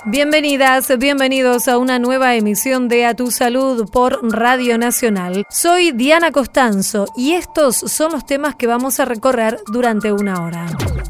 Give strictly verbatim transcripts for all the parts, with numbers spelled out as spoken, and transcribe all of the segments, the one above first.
Bienvenidas, bienvenidos a una nueva emisión de A Tu Salud por Radio Nacional. Soy Diana Costanzo y estos son los temas que vamos a recorrer durante una hora.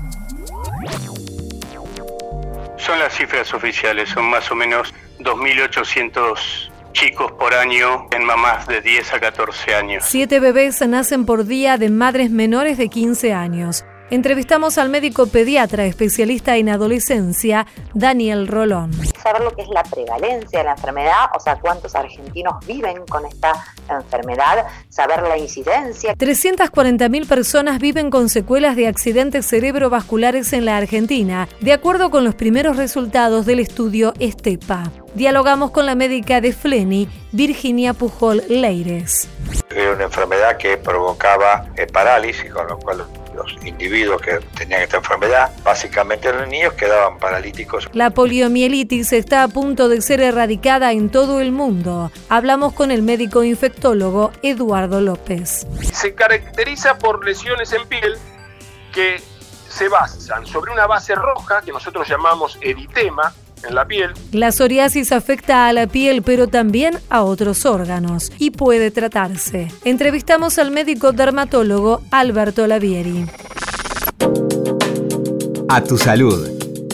Son las cifras oficiales, son más o menos dos mil ochocientos chicos por año en mamás de diez a catorce años. Siete bebés nacen por día de madres menores de quince años. Entrevistamos al médico pediatra especialista en adolescencia, Daniel Rolón. Saber lo que es la prevalencia de la enfermedad, o sea, cuántos argentinos viven con esta enfermedad, saber la incidencia. trescientas cuarenta mil personas viven con secuelas de accidentes cerebrovasculares en la Argentina, de acuerdo con los primeros resultados del estudio ESTEPA. Dialogamos con la médica de Fleni, Virginia Pujol Leires. Era una enfermedad que provocaba eh, parálisis, con lo cual los individuos que tenían esta enfermedad, básicamente los niños, quedaban paralíticos. La poliomielitis está a punto de ser erradicada en todo el mundo. Hablamos con el médico infectólogo Eduardo López. Se caracteriza por lesiones en piel que se basan sobre una base roja que nosotros llamamos eritema en la piel. La psoriasis afecta a la piel, pero también a otros órganos y puede tratarse. Entrevistamos al médico dermatólogo Alberto Lavieri. A tu salud.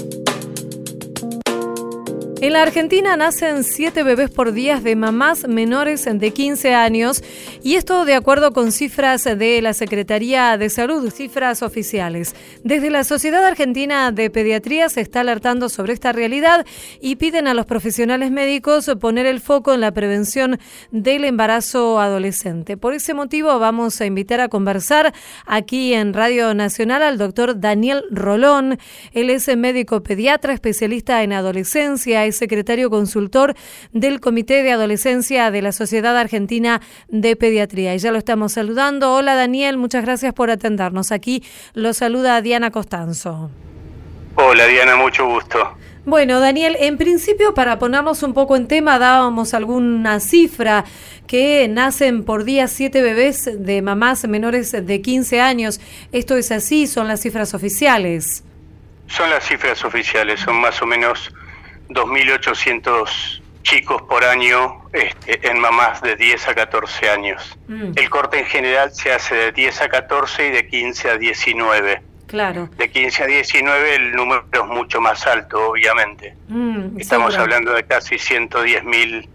En la Argentina nacen siete bebés por día de mamás menores de quince años y esto de acuerdo con cifras de la Secretaría de Salud, cifras oficiales. Desde la Sociedad Argentina de Pediatría se está alertando sobre esta realidad y piden a los profesionales médicos poner el foco en la prevención del embarazo adolescente. Por ese motivo vamos a invitar a conversar aquí en Radio Nacional al doctor Daniel Rolón. Él es médico pediatra, especialista en adolescencia, es secretario consultor del Comité de Adolescencia de la Sociedad Argentina de Pediatría. Y ya lo estamos saludando. Hola Daniel, muchas gracias por atendernos. Aquí lo saluda Diana Costanzo. Hola Diana, mucho gusto. Bueno, Daniel, en principio para ponernos un poco en tema dábamos alguna cifra que nacen por día siete bebés de mamás menores de quince años. ¿Esto es así? ¿Son las cifras oficiales? Son las cifras oficiales, son más o menos dos mil ochocientos chicos por año este, en mamás de diez a catorce años. Mm. El corte en general se hace de diez a catorce y de quince a diecinueve. Claro. De quince a diecinueve el número es mucho más alto, obviamente. Mm, Estamos seguro. hablando de casi ciento diez mil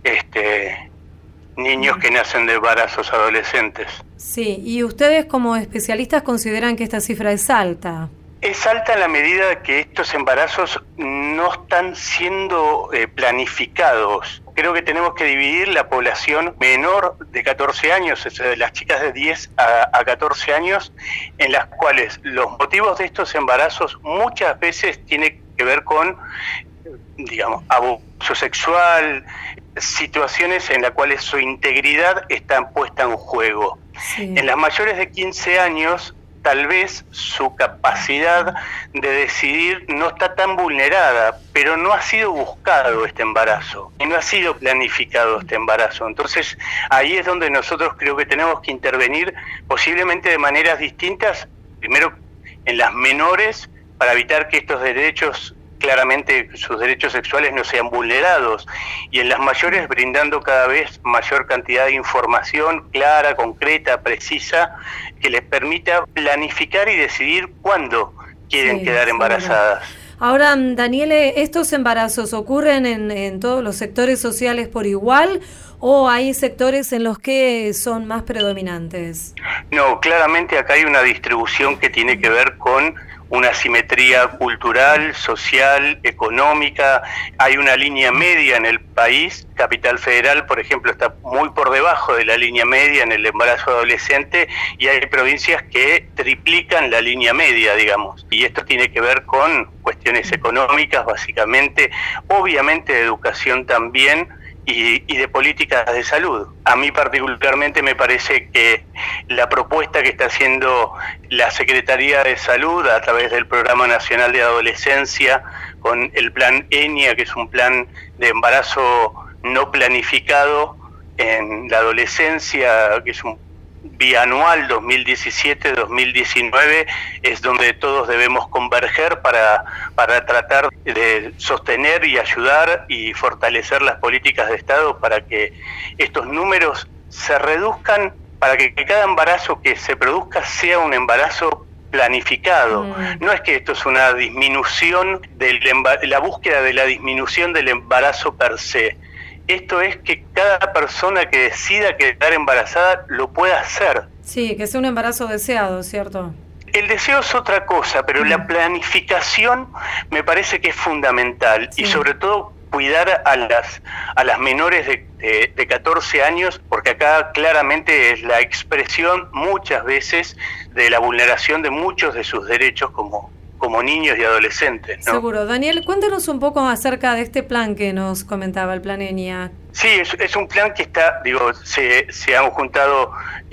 este, niños mm. que nacen de embarazos adolescentes. Sí, y ustedes como especialistas consideran que esta cifra es alta. Es alta en la medida que estos embarazos no están siendo eh, planificados. Creo que tenemos que dividir la población menor de catorce años, es decir, de las chicas de diez a catorce años, en las cuales los motivos de estos embarazos muchas veces tienen que ver con, digamos, abuso sexual, situaciones en las cuales su integridad está puesta en juego. Sí. En las mayores de quince años, tal vez su capacidad de decidir no está tan vulnerada, pero no ha sido buscado este embarazo y no ha sido planificado este embarazo. Entonces, ahí es donde nosotros creo que tenemos que intervenir posiblemente de maneras distintas, primero en las menores, para evitar que estos derechos, claramente sus derechos sexuales no sean vulnerados, y en las mayores brindando cada vez mayor cantidad de información clara, concreta, precisa, que les permita planificar y decidir cuándo quieren sí, quedar embarazadas. Ahora, Daniel, ¿estos embarazos ocurren en, en todos los sectores sociales por igual o hay sectores en los que son más predominantes? No, claramente acá hay una distribución que tiene que ver con una asimetría cultural, social, económica. Hay una línea media en el país. Capital Federal, por ejemplo, está muy por debajo de la línea media en el embarazo adolescente, y hay provincias que triplican la línea media, digamos. Y esto tiene que ver con cuestiones económicas, básicamente, obviamente de educación también, Y, y de políticas de salud. A mí particularmente me parece que la propuesta que está haciendo la Secretaría de Salud a través del Programa Nacional de Adolescencia, con el plan ENIA, que es un plan de embarazo no planificado en la adolescencia, que es un bianual dos mil diecisiete dos mil diecinueve es donde todos debemos converger para, para tratar de sostener y ayudar y fortalecer las políticas de Estado para que estos números se reduzcan, para que cada embarazo que se produzca sea un embarazo planificado. Mm. No es que esto es una disminución de la búsqueda de la disminución del embarazo per se. Esto es que cada persona que decida quedar embarazada lo pueda hacer. Sí, que sea un embarazo deseado, ¿cierto? El deseo es otra cosa, pero mm. la planificación me parece que es fundamental, sí. Y sobre todo cuidar a las a las menores de, de, de catorce años, porque acá claramente es la expresión muchas veces de la vulneración de muchos de sus derechos como como niños y adolescentes, ¿no? Seguro. Daniel, cuéntanos un poco acerca de este plan que nos comentaba, el plan ENIA. Sí, es, es un plan que está, digo, se, se han juntado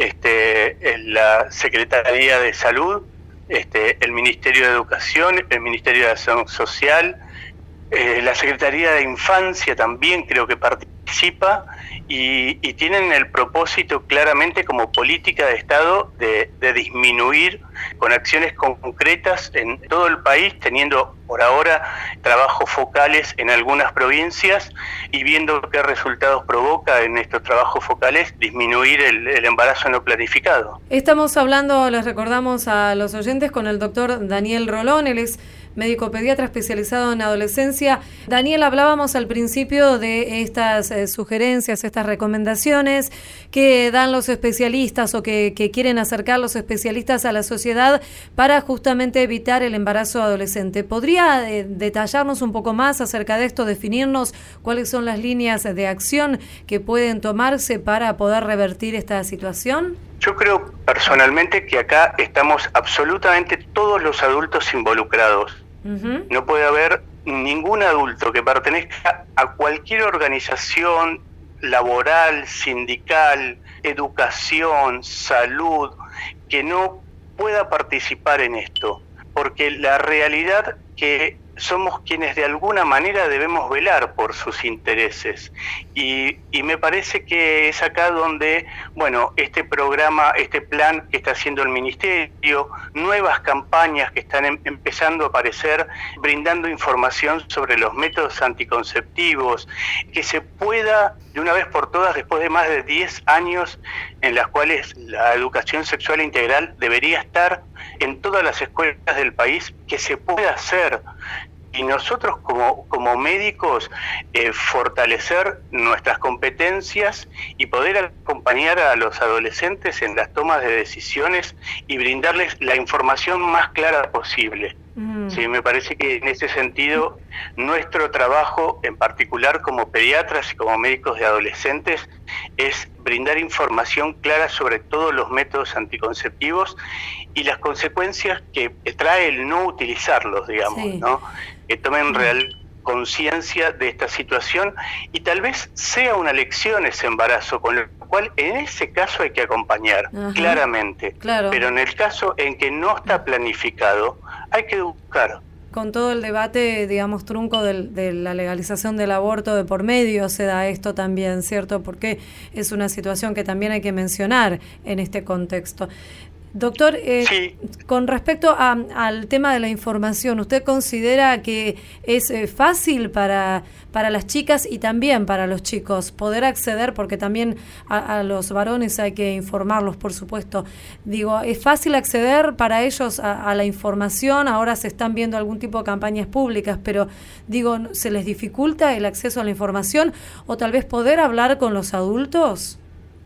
este, en la Secretaría de Salud, este, el Ministerio de Educación, el Ministerio de Acción Social, eh, la Secretaría de Infancia también creo que participa, y, y tienen el propósito claramente como política de Estado de, de disminuir con acciones concretas en todo el país, teniendo por ahora trabajos focales en algunas provincias y viendo qué resultados provoca en estos trabajos focales disminuir el, el embarazo no planificado. Estamos hablando, les recordamos a los oyentes, con el doctor Daniel Rolón. Él es médico pediatra especializado en adolescencia. Daniel, hablábamos al principio de estas eh, sugerencias, estas recomendaciones que dan los especialistas o que, que quieren acercar los especialistas a la sociedad para justamente evitar el embarazo adolescente. ¿Podría eh, detallarnos un poco más acerca de esto, definirnos cuáles son las líneas de acción que pueden tomarse para poder revertir esta situación? Yo creo personalmente que acá estamos absolutamente todos los adultos involucrados. Uh-huh. No puede haber ningún adulto que pertenezca a cualquier organización laboral, sindical, educación, salud, que no pueda participar en esto, porque la realidad que somos quienes de alguna manera debemos velar por sus intereses, y, y me parece que es acá donde, bueno, este programa, este plan que está haciendo el Ministerio, nuevas campañas que están em, empezando a aparecer, brindando información sobre los métodos anticonceptivos, que se pueda de una vez por todas, después de más de diez años en las cuales la educación sexual integral debería estar en todas las escuelas del país, que se pueda hacer. Y nosotros como, como médicos eh, fortalecer nuestras competencias y poder acompañar a los adolescentes en las tomas de decisiones y brindarles la información más clara posible. Mm. Sí, me parece que en ese sentido nuestro trabajo en particular como pediatras y como médicos de adolescentes es brindar información clara sobre todos los métodos anticonceptivos y las consecuencias que trae el no utilizarlos, digamos, sí. ¿no? Que tomen real conciencia de esta situación y tal vez sea una lección ese embarazo, con lo cual en ese caso hay que acompañar. Ajá. Claramente, claro. Pero en el caso en que no está planificado, hay que educar. Con todo el debate, digamos, trunco del, de la legalización del aborto de por medio se da esto también, ¿cierto? Porque es una situación que también hay que mencionar en este contexto. Doctor, eh, sí. Con respecto a, al tema de la información, ¿usted considera que es eh, fácil para, para las chicas y también para los chicos poder acceder, porque también a, a los varones hay que informarlos, por supuesto? Digo, ¿es fácil acceder para ellos a, a la información? Ahora se están viendo algún tipo de campañas públicas, pero digo, ¿se les dificulta el acceso a la información o tal vez poder hablar con los adultos?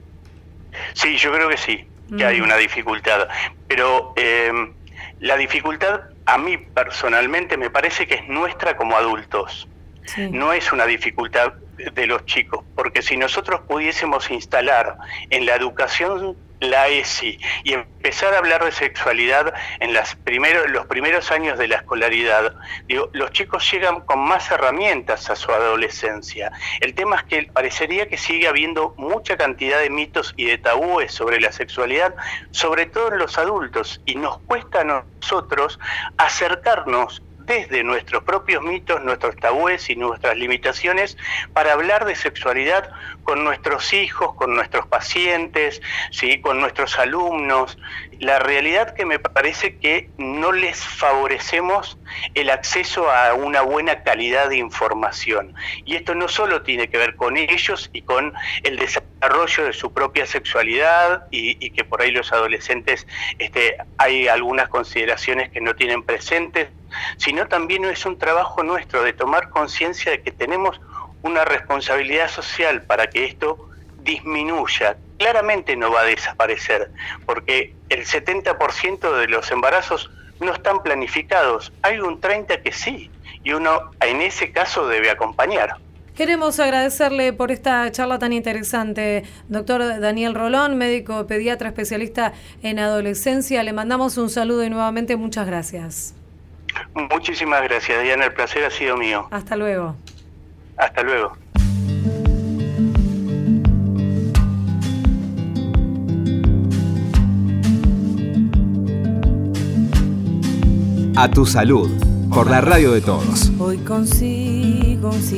Sí, yo creo que sí. Que hay una dificultad, pero eh, la dificultad a mí personalmente me parece que es nuestra como adultos, sí. No es una dificultad de los chicos, porque si nosotros pudiésemos instalar en la educación la E S I y empezar a hablar de sexualidad en las primeros, los primeros años de la escolaridad, digo, los chicos llegan con más herramientas a su adolescencia. El tema es que parecería que sigue habiendo mucha cantidad de mitos y de tabúes sobre la sexualidad, sobre todo en los adultos, y nos cuesta a nosotros acercarnos desde nuestros propios mitos, nuestros tabúes y nuestras limitaciones para hablar de sexualidad con nuestros hijos, con nuestros pacientes, ¿sí? Con nuestros alumnos. La realidad que me parece que no les favorecemos el acceso a una buena calidad de información. Y esto no solo tiene que ver con ellos y con el desarrollo de su propia sexualidad y, y que por ahí los adolescentes este, hay algunas consideraciones que no tienen presentes, sino también es un trabajo nuestro de tomar conciencia de que tenemos una responsabilidad social para que esto disminuya. Claramente no va a desaparecer, porque el setenta por ciento de los embarazos no están planificados. Hay un treinta por ciento que sí, y uno en ese caso debe acompañar. Queremos agradecerle por esta charla tan interesante, doctor Daniel Rolón, médico pediatra especialista en adolescencia. Le mandamos un saludo y nuevamente muchas gracias. Muchísimas gracias, Diana, el placer ha sido mío. Hasta luego. Hasta luego. A tu salud, por la radio de todos. Hoy consigo un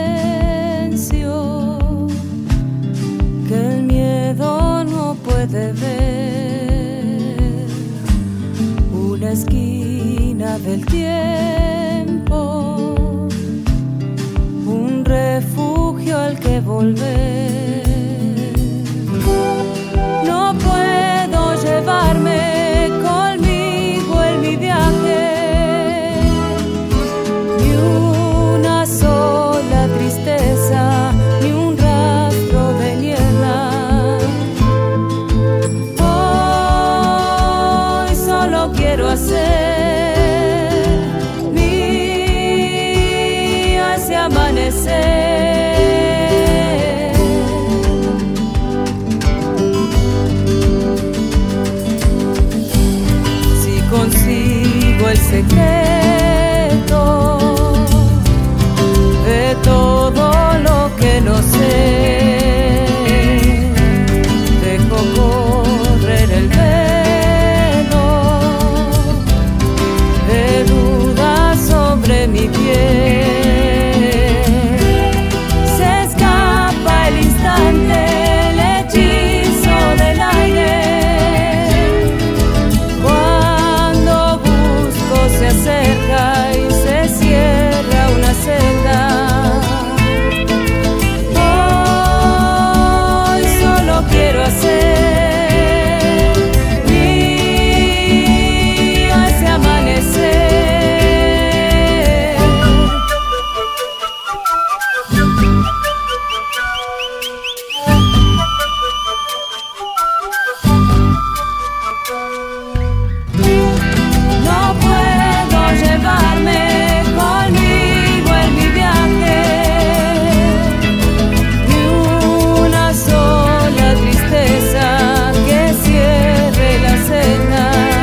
silencio que el miedo no puede ver, una esquina del tiempo, un refugio al que volver. No puedo llevarme conmigo en mi viaje ni una sola tristeza, ni un rastro de niebla. Hoy solo quiero hacer mío ese amanecer. Si consigo el secreto de todo lo que no sé, dejo correr el velo de dudas sobre mi piel. Se escapa el instante, el hechizo del aire. Cuando busco se acerca y se cierra una senda. Hoy solo quiero hacer mío ese amanecer. No puedo llevarme conmigo en mi viaje ni una sola tristeza que cierre la senda.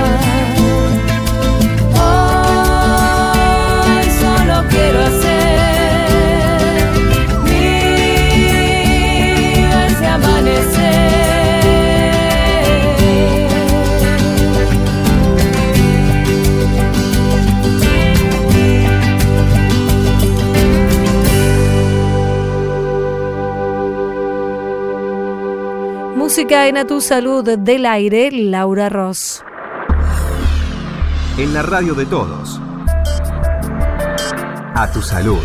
Hoy solo quiero hacer mío ese amanecer. Música en A Tu Salud, del aire, Laura Ross. En la radio de todos. A tu salud.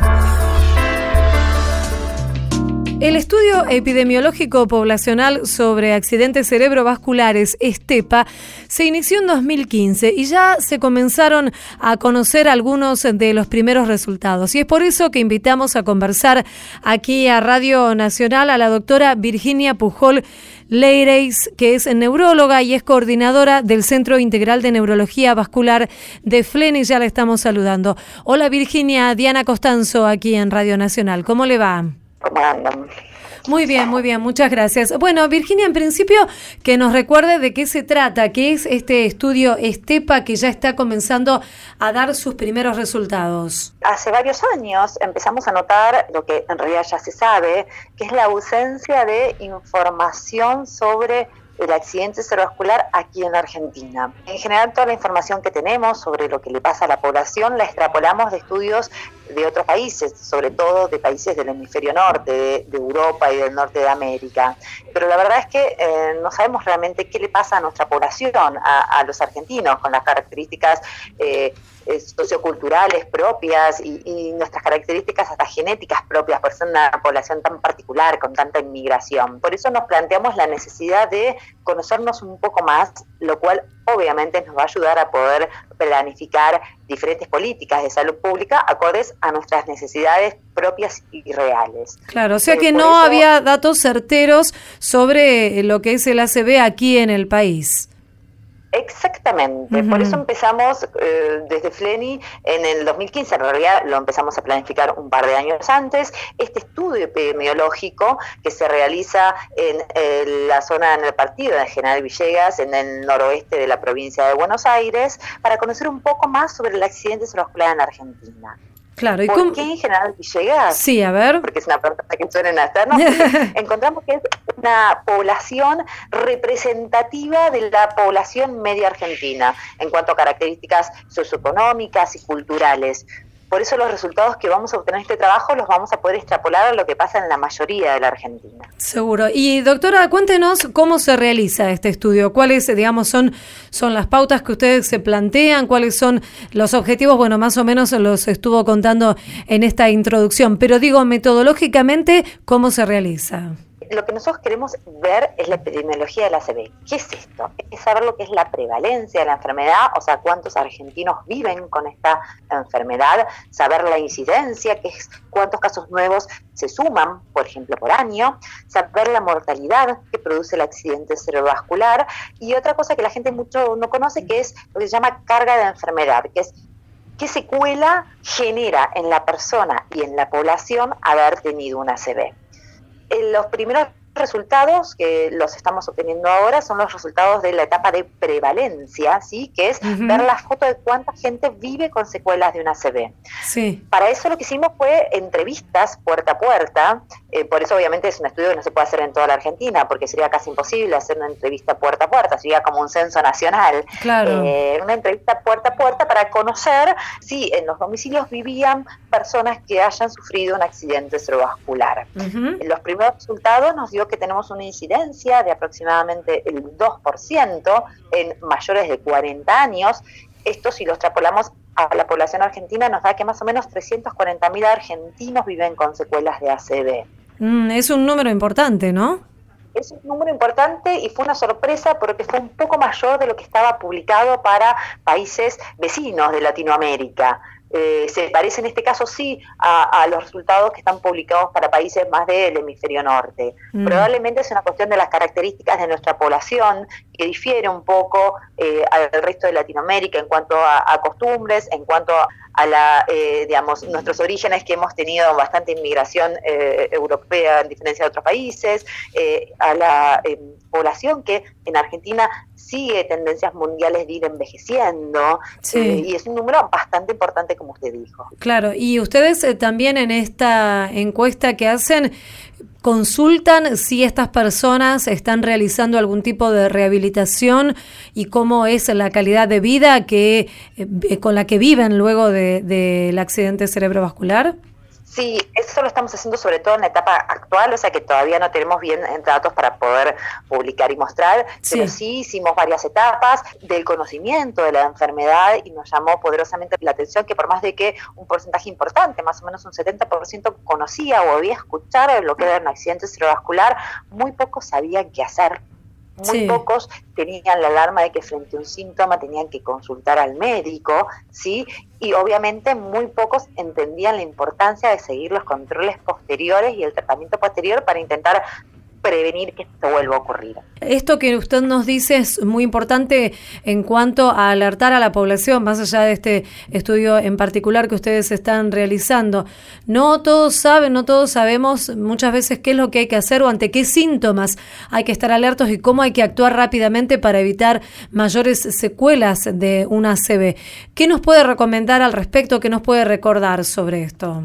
El estudio epidemiológico poblacional sobre accidentes cerebrovasculares, ESTEPA, se inició en dos mil quince y ya se comenzaron a conocer algunos de los primeros resultados. Y es por eso que invitamos a conversar aquí a Radio Nacional a la doctora Virginia Pujol Leireis, que es neuróloga y es coordinadora del Centro Integral de Neurología Vascular de F L E N, y ya la estamos saludando. Hola Virginia, Diana Costanzo aquí en Radio Nacional. ¿Cómo le va? ¿Cómo andan? Muy bien, muy bien, muchas gracias. Bueno, Virginia, en principio, que nos recuerde de qué se trata, qué es este estudio ESTEPA que ya está comenzando a dar sus primeros resultados. Hace varios años empezamos a notar lo que en realidad ya se sabe, que es la ausencia de información sobre el accidente cerebrovascular aquí en la Argentina. En general, toda la información que tenemos sobre lo que le pasa a la población la extrapolamos de estudios de otros países, sobre todo de países del hemisferio norte, de, de Europa y del norte de América. Pero la verdad es que eh, no sabemos realmente qué le pasa a nuestra población, a, a los argentinos, con las características eh, socioculturales propias y, y nuestras características hasta genéticas propias, por ser una población tan particular, con tanta inmigración. Por eso nos planteamos la necesidad de conocernos un poco más, lo cual obviamente nos va a ayudar a poder planificar diferentes políticas de salud pública acordes a nuestras necesidades propias y reales. Claro, o sea eh, que no eso, había datos certeros sobre lo que es el A C V aquí en el país. Exactamente, uh-huh. Por eso empezamos eh, desde FLENI en el dos mil quince, en realidad lo empezamos a planificar un par de años antes, este estudio epidemiológico que se realiza en eh, la zona, en el partido de General Villegas, en el noroeste de la provincia de Buenos Aires, para conocer un poco más sobre el accidente cerebrovascular en Argentina. Claro, ¿y ¿Por cómo? qué en General Villegas? Sí, a ver. Porque es una pregunta que suelen hacernos. Encontramos que es una población representativa de la población media argentina en cuanto a características socioeconómicas y culturales. Por eso los resultados que vamos a obtener en este trabajo los vamos a poder extrapolar a lo que pasa en la mayoría de la Argentina. Seguro. Y doctora, cuéntenos cómo se realiza este estudio, cuáles, digamos, son, son las pautas que ustedes se plantean, cuáles son los objetivos, bueno, más o menos los estuvo contando en esta introducción, pero digo, metodológicamente, ¿cómo se realiza? Lo que nosotros queremos ver es la epidemiología del A C V. ¿Qué es esto? Es saber lo que es la prevalencia de la enfermedad, o sea, cuántos argentinos viven con esta enfermedad, saber la incidencia, que es cuántos casos nuevos se suman, por ejemplo, por año, saber la mortalidad que produce el accidente cerebrovascular, y otra cosa que la gente mucho no conoce, que es lo que se llama carga de enfermedad, que es qué secuela genera en la persona y en la población haber tenido un A C V. Los primeros resultados que los estamos obteniendo ahora son los resultados de la etapa de prevalencia, ¿sí? Que es uh-huh. ver la foto de cuánta gente vive con secuelas de un A C V. Sí. Para eso lo que hicimos fue entrevistas puerta a puerta, eh, por eso obviamente es un estudio que no se puede hacer en toda la Argentina, porque sería casi imposible hacer una entrevista puerta a puerta, sería como un censo nacional. Claro. Eh, una entrevista puerta a puerta para conocer si en los domicilios vivían personas que hayan sufrido un accidente cerebrovascular. Uh-huh. Los primeros resultados nos dio que tenemos una incidencia de aproximadamente el dos por ciento en mayores de cuarenta años. Esto, si lo extrapolamos a la población argentina, nos da que más o menos trescientos cuarenta mil argentinos viven con secuelas de A C V. Mm, es un número importante, ¿no? Es un número importante y fue una sorpresa porque fue un poco mayor de lo que estaba publicado para países vecinos de Latinoamérica. Eh, se parece en este caso sí a, a los resultados que están publicados para países más del hemisferio norte. Mm. Probablemente es una cuestión de las características de nuestra población que difiere un poco eh, al resto de Latinoamérica en cuanto a, a costumbres, en cuanto a, a la, eh, digamos, nuestros orígenes, que hemos tenido bastante inmigración eh, europea en diferencia de otros países, eh, a la eh, población que en Argentina sigue tendencias mundiales de ir envejeciendo, sí. eh, y es un número bastante importante, como usted dijo. Claro, y ustedes eh, también en esta encuesta que hacen, consultan si estas personas están realizando algún tipo de rehabilitación y cómo es la calidad de vida que eh, con la que viven luego de, del accidente cerebrovascular. Sí, eso lo estamos haciendo sobre todo en la etapa actual, o sea que todavía no tenemos bien datos para poder publicar y mostrar, sí. pero sí hicimos varias etapas del conocimiento de la enfermedad y nos llamó poderosamente la atención que por más de que un porcentaje importante, más o menos un setenta por ciento conocía o había escuchado lo que era un accidente cerebrovascular, muy pocos sabían qué hacer. Muy sí. pocos tenían la alarma de que frente a un síntoma tenían que consultar al médico, ¿sí? Y obviamente muy pocos entendían la importancia de seguir los controles posteriores y el tratamiento posterior para intentar prevenir que esto vuelva a ocurrir. Esto que usted nos dice es muy importante en cuanto a alertar a la población, más allá de este estudio en particular que ustedes están realizando. No todos saben, no todos sabemos muchas veces qué es lo que hay que hacer o ante qué síntomas hay que estar alertos y cómo hay que actuar rápidamente para evitar mayores secuelas de un A C V. ¿Qué nos puede recomendar al respecto? ¿Qué nos puede recordar sobre esto?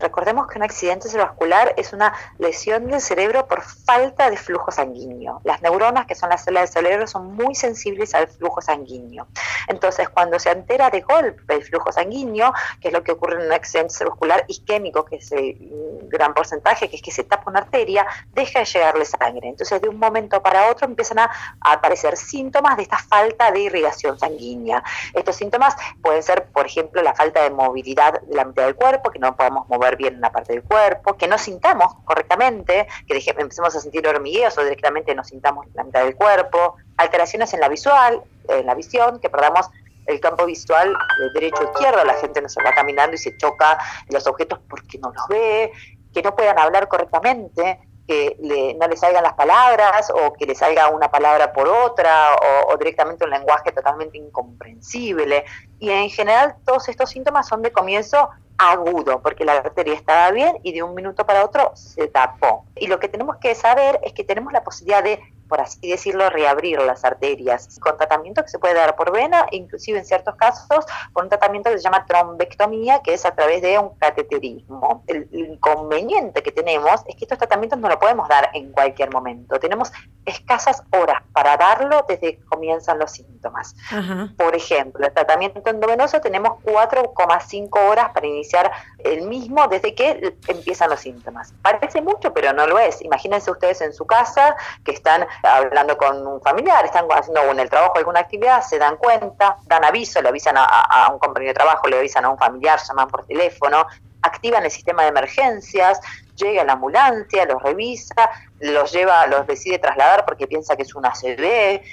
Recordemos que un accidente cerebrovascular es una lesión del cerebro por falta de flujo sanguíneo. Las neuronas, que son las células del cerebro, son muy sensibles al flujo sanguíneo. Entonces, cuando se altera de golpe el flujo sanguíneo, que es lo que ocurre en un accidente cerebrovascular isquémico, que es el gran porcentaje, que es que se tapa una arteria, deja de llegarle sangre. Entonces, de un momento para otro empiezan a, a aparecer síntomas de esta falta de irrigación sanguínea. Estos síntomas pueden ser, por ejemplo, la falta de movilidad de la mitad del cuerpo, que no podemos mover bien una parte del cuerpo, que no sintamos correctamente, que deje, empecemos a sentir hormigueos o directamente no sintamos la mitad del cuerpo, alteraciones en la visual, en la visión, que perdamos el campo visual de derecho a izquierdo, la gente no se va caminando y se choca los objetos porque no los ve, que no puedan hablar correctamente, que le, no le salgan las palabras o que le salga una palabra por otra o, o directamente un lenguaje totalmente incomprensible. Y en general todos estos síntomas son de comienzo agudo, porque la arteria estaba bien y de un minuto para otro se tapó. Y lo que tenemos que saber es que tenemos la posibilidad de, por así decirlo, reabrir las arterias con tratamiento que se puede dar por vena, inclusive en ciertos casos con un tratamiento que se llama trombectomía, que es a través de un cateterismo. El, el inconveniente que tenemos es que estos tratamientos no lo podemos dar en cualquier momento. Tenemos escasas horas para darlo desde que comienzan los síntomas. Ajá. Por ejemplo, el tratamiento endovenoso tenemos cuatro coma cinco horas para iniciar el mismo desde que empiezan los síntomas. Parece mucho, pero no lo es. Imagínense ustedes en su casa que están hablando con un familiar, están haciendo en el trabajo alguna actividad, se dan cuenta, dan aviso, le avisan a, a un compañero de trabajo, le avisan a un familiar, llaman por teléfono, activan el sistema de emergencias, llega la ambulancia, los revisa, los lleva, los decide trasladar porque piensa que es una A C V,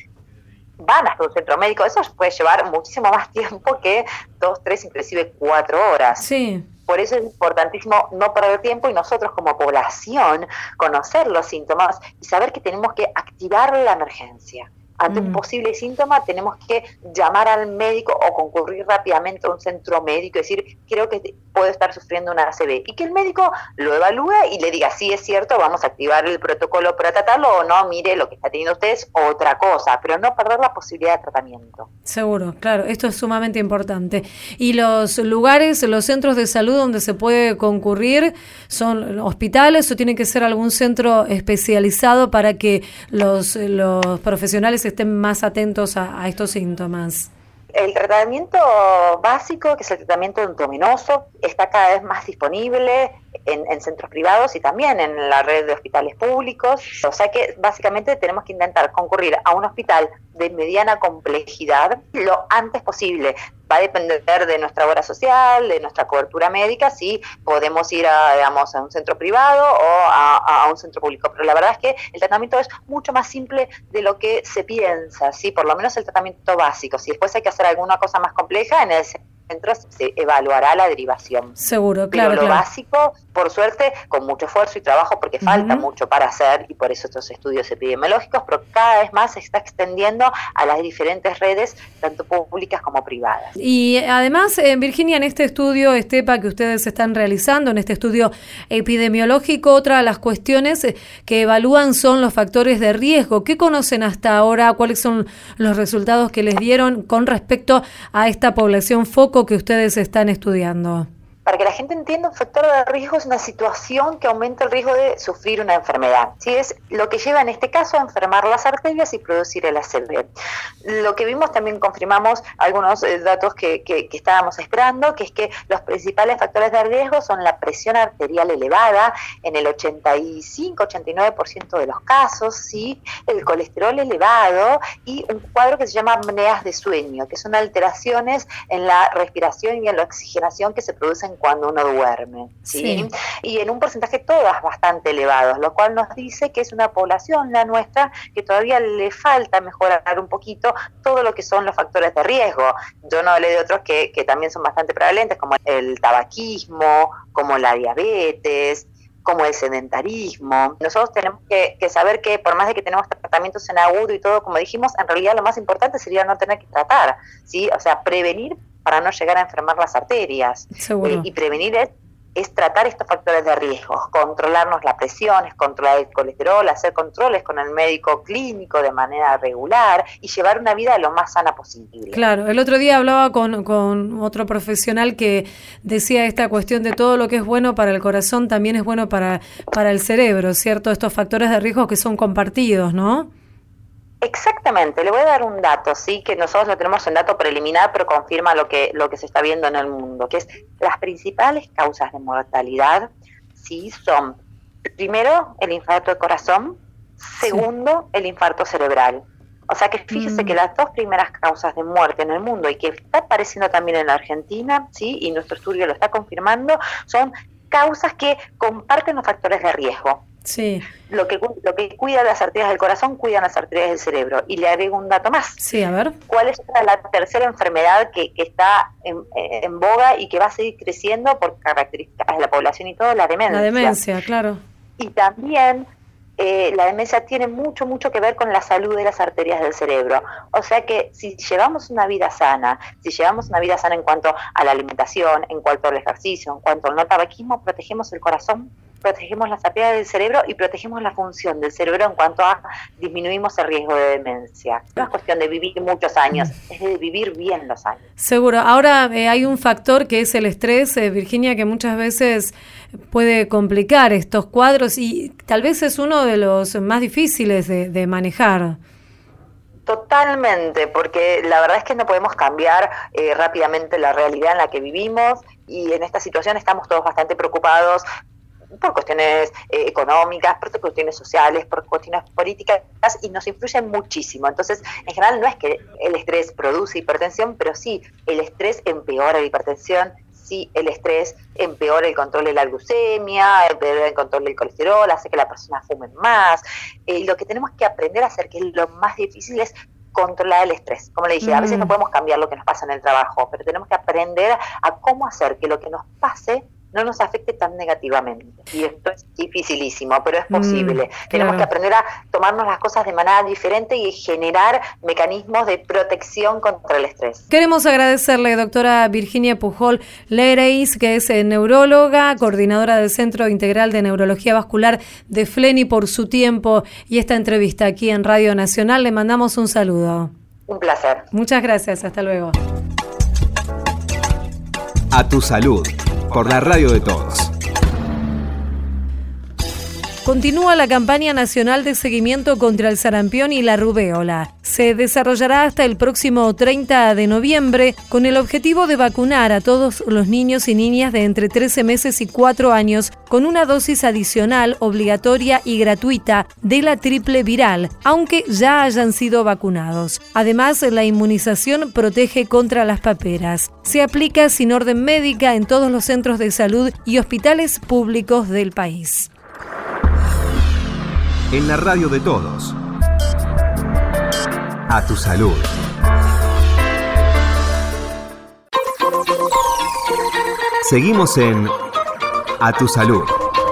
van hasta un centro médico. Eso puede llevar muchísimo más tiempo que dos, tres, inclusive cuatro horas. Sí. Por eso es importantísimo no perder tiempo y nosotros como población conocer los síntomas y saber que tenemos que activar la emergencia. Ante mm. un posible síntoma tenemos que llamar al médico o concurrir rápidamente a un centro médico y decir, creo que puedo estar sufriendo una A C V. Y que el médico lo evalúe y le diga, sí, es cierto, vamos a activar el protocolo para tratarlo, o no, mire, lo que está teniendo usted es otra cosa, pero no perder la posibilidad de tratamiento. Seguro, claro, esto es sumamente importante. ¿Y los lugares, los centros de salud donde se puede concurrir, son hospitales o tiene que ser algún centro especializado para que los, los profesionales estén más atentos a, a estos síntomas? El tratamiento básico, que es el tratamiento endovenoso, está cada vez más disponible en, en centros privados y también en la red de hospitales públicos. O sea que básicamente tenemos que intentar concurrir a un hospital de mediana complejidad lo antes posible. Va a depender de nuestra obra social, de nuestra cobertura médica, si podemos ir a, digamos, a un centro privado o a, a un centro público. Pero la verdad es que el tratamiento es mucho más simple de lo que se piensa, ¿sí? Por lo menos el tratamiento básico. Si después hay que hacer alguna cosa más compleja, en el centro se evaluará la derivación. Seguro, claro. Pero lo claro. básico, por suerte, con mucho esfuerzo y trabajo, porque uh-huh. falta mucho para hacer, y por eso estos estudios epidemiológicos, pero cada vez más se está extendiendo a las diferentes redes, tanto públicas como privadas. Y además, eh, Virginia, en este estudio, Estepa, que ustedes están realizando, en este estudio epidemiológico, otra de las cuestiones que evalúan son los factores de riesgo. ¿Qué conocen hasta ahora? ¿Cuáles son los resultados que les dieron con respecto a esta población foco que ustedes están estudiando? Para que la gente entienda, un factor de riesgo es una situación que aumenta el riesgo de sufrir una enfermedad. ¿Sí? Es lo que lleva en este caso a enfermar las arterias y producir el A C V. Lo que vimos, también confirmamos algunos eh, datos que, que, que estábamos esperando, que es que los principales factores de riesgo son la presión arterial elevada en el ochenta y cinco a ochenta y nueve por ciento de los casos, ¿sí? El colesterol elevado y un cuadro que se llama apneas de sueño, que son alteraciones en la respiración y en la oxigenación que se producen cuando uno duerme, ¿sí? Sí. Y en un porcentaje todas bastante elevados, lo cual nos dice que es una población, la nuestra, que todavía le falta mejorar un poquito todo lo que son los factores de riesgo. Yo no hablé de otros que, que también son bastante prevalentes, como el tabaquismo, como la diabetes, como el sedentarismo. Nosotros tenemos que, que saber que por más de que tenemos tratamientos en agudo y todo, como dijimos, en realidad lo más importante sería no tener que tratar, ¿sí? O sea, prevenir para no llegar a enfermar las arterias. Seguro. Eh, y prevenir es es tratar estos factores de riesgo, controlarnos la presión, es controlar el colesterol, hacer controles con el médico clínico de manera regular y llevar una vida lo más sana posible. Claro, el otro día hablaba con, con otro profesional que decía esta cuestión de todo lo que es bueno para el corazón también es bueno para, para el cerebro, ¿cierto? Estos factores de riesgo que son compartidos, ¿no? Exactamente, le voy a dar un dato, sí, que nosotros lo tenemos en dato preliminar, pero confirma lo que lo que se está viendo en el mundo, que es las principales causas de mortalidad, sí, son primero el infarto de corazón, segundo sí. el infarto cerebral. O sea que fíjese mm. que las dos primeras causas de muerte en el mundo y que está apareciendo también en la Argentina, sí, y nuestro estudio lo está confirmando, son causas que comparten los factores de riesgo. Sí. Lo que lo que cuida las arterias del corazón, cuidan las arterias del cerebro. Y le agrego un dato más. Sí, a ver. ¿Cuál es la tercera enfermedad que, que está en, en boga y que va a seguir creciendo por características de la población y todo? La demencia. La demencia, claro. Y también eh, la demencia tiene mucho, mucho que ver con la salud de las arterias del cerebro. O sea que si llevamos una vida sana, si llevamos una vida sana en cuanto a la alimentación, en cuanto al ejercicio, en cuanto al no tabaquismo, protegemos el corazón, protegemos las arterias del cerebro y protegemos la función del cerebro en cuanto a disminuimos el riesgo de demencia. No es cuestión de vivir muchos años, es de vivir bien los años. Seguro. Ahora eh, hay un factor que es el estrés, eh, Virginia, que muchas veces puede complicar estos cuadros y tal vez es uno de los más difíciles de, de manejar. Totalmente, porque la verdad es que no podemos cambiar eh, rápidamente la realidad en la que vivimos y en esta situación estamos todos bastante preocupados por cuestiones eh, económicas, por cuestiones sociales, por cuestiones políticas y nos influyen muchísimo. Entonces, en general no es que el estrés produce hipertensión, pero sí, el estrés empeora la hipertensión, sí, el estrés empeora el control de la glucemia, empeora el control del colesterol, hace que la persona fume más. Eh, lo que tenemos que aprender a hacer, que es lo más difícil, es controlar el estrés. Como le dije, mm. a veces no podemos cambiar lo que nos pasa en el trabajo, pero tenemos que aprender a cómo hacer que lo que nos pase no nos afecte tan negativamente. Y esto es dificilísimo, pero es posible. Mm, Tenemos claro. que aprender a tomarnos las cosas de manera diferente y generar mecanismos de protección contra el estrés. Queremos agradecerle, doctora Virginia Pujol Leireis, que es neuróloga, coordinadora del Centro Integral de Neurología Vascular de Fleni, por su tiempo y esta entrevista aquí en Radio Nacional. Le mandamos un saludo. Un placer. Muchas gracias. Hasta luego. A tu salud. Por la radio de todos. Continúa la campaña nacional de seguimiento contra el sarampión y la rubéola. Se desarrollará hasta el próximo treinta de noviembre con el objetivo de vacunar a todos los niños y niñas de entre trece meses y cuatro años con una dosis adicional, obligatoria y gratuita de la triple viral, aunque ya hayan sido vacunados. Además, la inmunización protege contra las paperas. Se aplica sin orden médica en todos los centros de salud y hospitales públicos del país. En la radio de todos. A tu salud. Seguimos en A tu salud.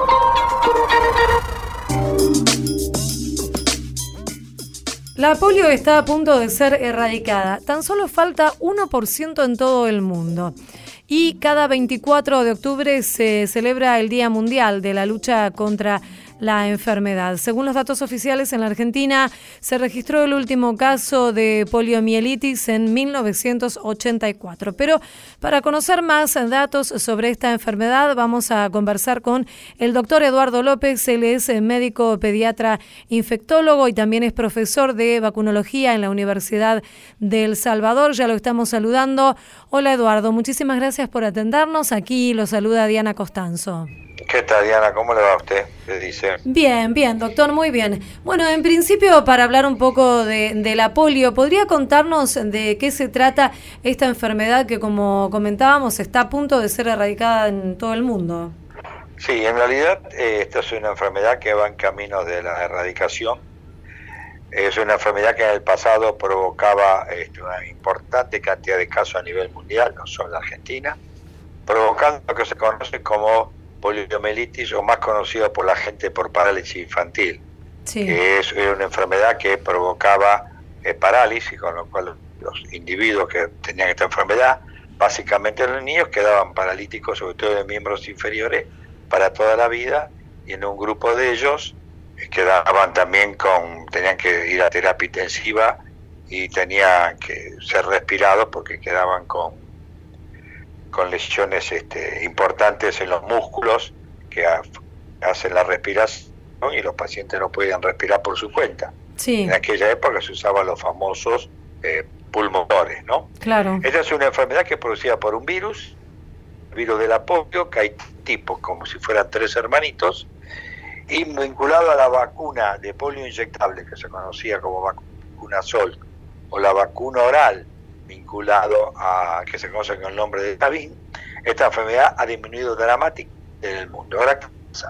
La polio está a punto de ser erradicada. Tan solo falta uno por ciento en todo el mundo. Y cada veinticuatro de octubre se celebra el Día Mundial de la Lucha contra la enfermedad. Según los datos oficiales, en la Argentina se registró el último caso de poliomielitis en mil novecientos ochenta y cuatro. Pero para conocer más datos sobre esta enfermedad, vamos a conversar con el doctor Eduardo López. Él es médico pediatra infectólogo y también es profesor de vacunología en la Universidad de El Salvador. Ya lo estamos saludando. Hola, Eduardo, muchísimas gracias por atendernos. Aquí lo saluda Diana Costanzo. ¿Qué tal, Diana? ¿Cómo le va a usted? ¿Qué dice? Bien, bien, doctor, muy bien. Bueno, en principio, para hablar un poco de, de la polio, ¿podría contarnos de qué se trata esta enfermedad que, como comentábamos, está a punto de ser erradicada en todo el mundo? Sí, en realidad eh, esta es una enfermedad que va en camino de la erradicación. Es una enfermedad que en el pasado provocaba este, una importante cantidad de casos a nivel mundial, no solo en la Argentina, provocando lo que se conoce como poliomielitis, o más conocido por la gente por parálisis infantil, sí. que es una enfermedad que provocaba eh, parálisis, con lo cual los individuos que tenían esta enfermedad básicamente los niños quedaban paralíticos, sobre todo de miembros inferiores, para toda la vida, y en un grupo de ellos quedaban también con, tenían que ir a terapia intensiva y tenían que ser respirados porque quedaban con, con lesiones este, importantes en los músculos que ha, hacen la respiración, y los pacientes no podían respirar por su cuenta. Sí. En aquella época se usaban los famosos eh, pulmotores, ¿no? Claro. Esta es una enfermedad que es producida por un virus, el virus de la polio, que hay tipos como si fueran tres hermanitos, y vinculado a la vacuna de polio inyectable, que se conocía como vacuna Sol, o la vacuna oral, vinculado a, que se conoce con el nombre de Sabin, esta enfermedad ha disminuido dramáticamente en el mundo. Ahora, ¿qué pasa?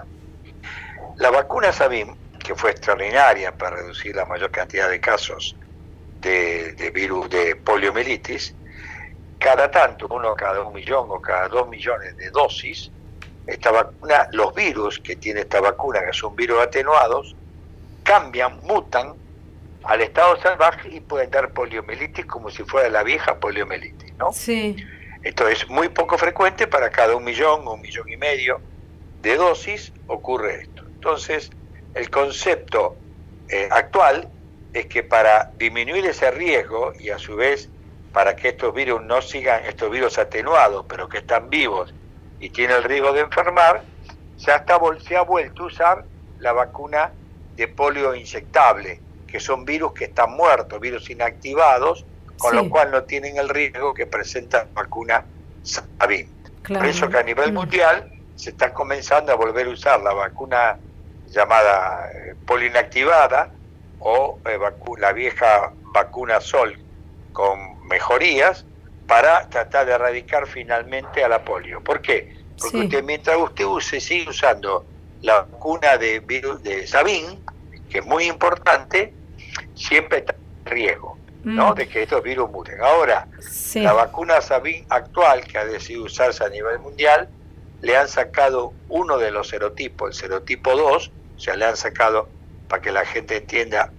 La vacuna Sabin, que fue extraordinaria para reducir la mayor cantidad de casos de, de virus de poliomielitis, cada tanto, uno cada un millón o cada dos millones de dosis, esta vacuna, los virus que tiene esta vacuna, que son virus atenuados, cambian, mutan al estado salvaje y pueden dar poliomielitis como si fuera la vieja poliomielitis, ¿no? Sí. Esto es muy poco frecuente, para cada un millón o un millón y medio de dosis ocurre esto. Entonces, el concepto eh, actual es que para disminuir ese riesgo y a su vez para que estos virus no sigan, estos virus atenuados, pero que están vivos y tienen el riesgo de enfermar, se, hasta, se ha vuelto a usar la vacuna de polio inyectable, que son virus que están muertos, virus inactivados, con sí. lo cual no tienen el riesgo que presenta la vacuna Sabin. Claro. Por eso que a nivel mm. mundial se está comenzando a volver a usar la vacuna llamada eh, polio inactivada o eh, vacu la vieja vacuna Sol con mejorías para tratar de erradicar finalmente a la polio. ¿Por qué? Porque sí. usted, mientras usted use, sigue usando la vacuna de virus de Sabin, que es muy importante, siempre está en riesgo, ¿no? Mm. de que estos virus muten. Ahora, sí. la vacuna Sabin actual, que ha decidido usarse a nivel mundial, le han sacado uno de los serotipos, el serotipo dos, o sea, le han sacado, para que la gente entienda,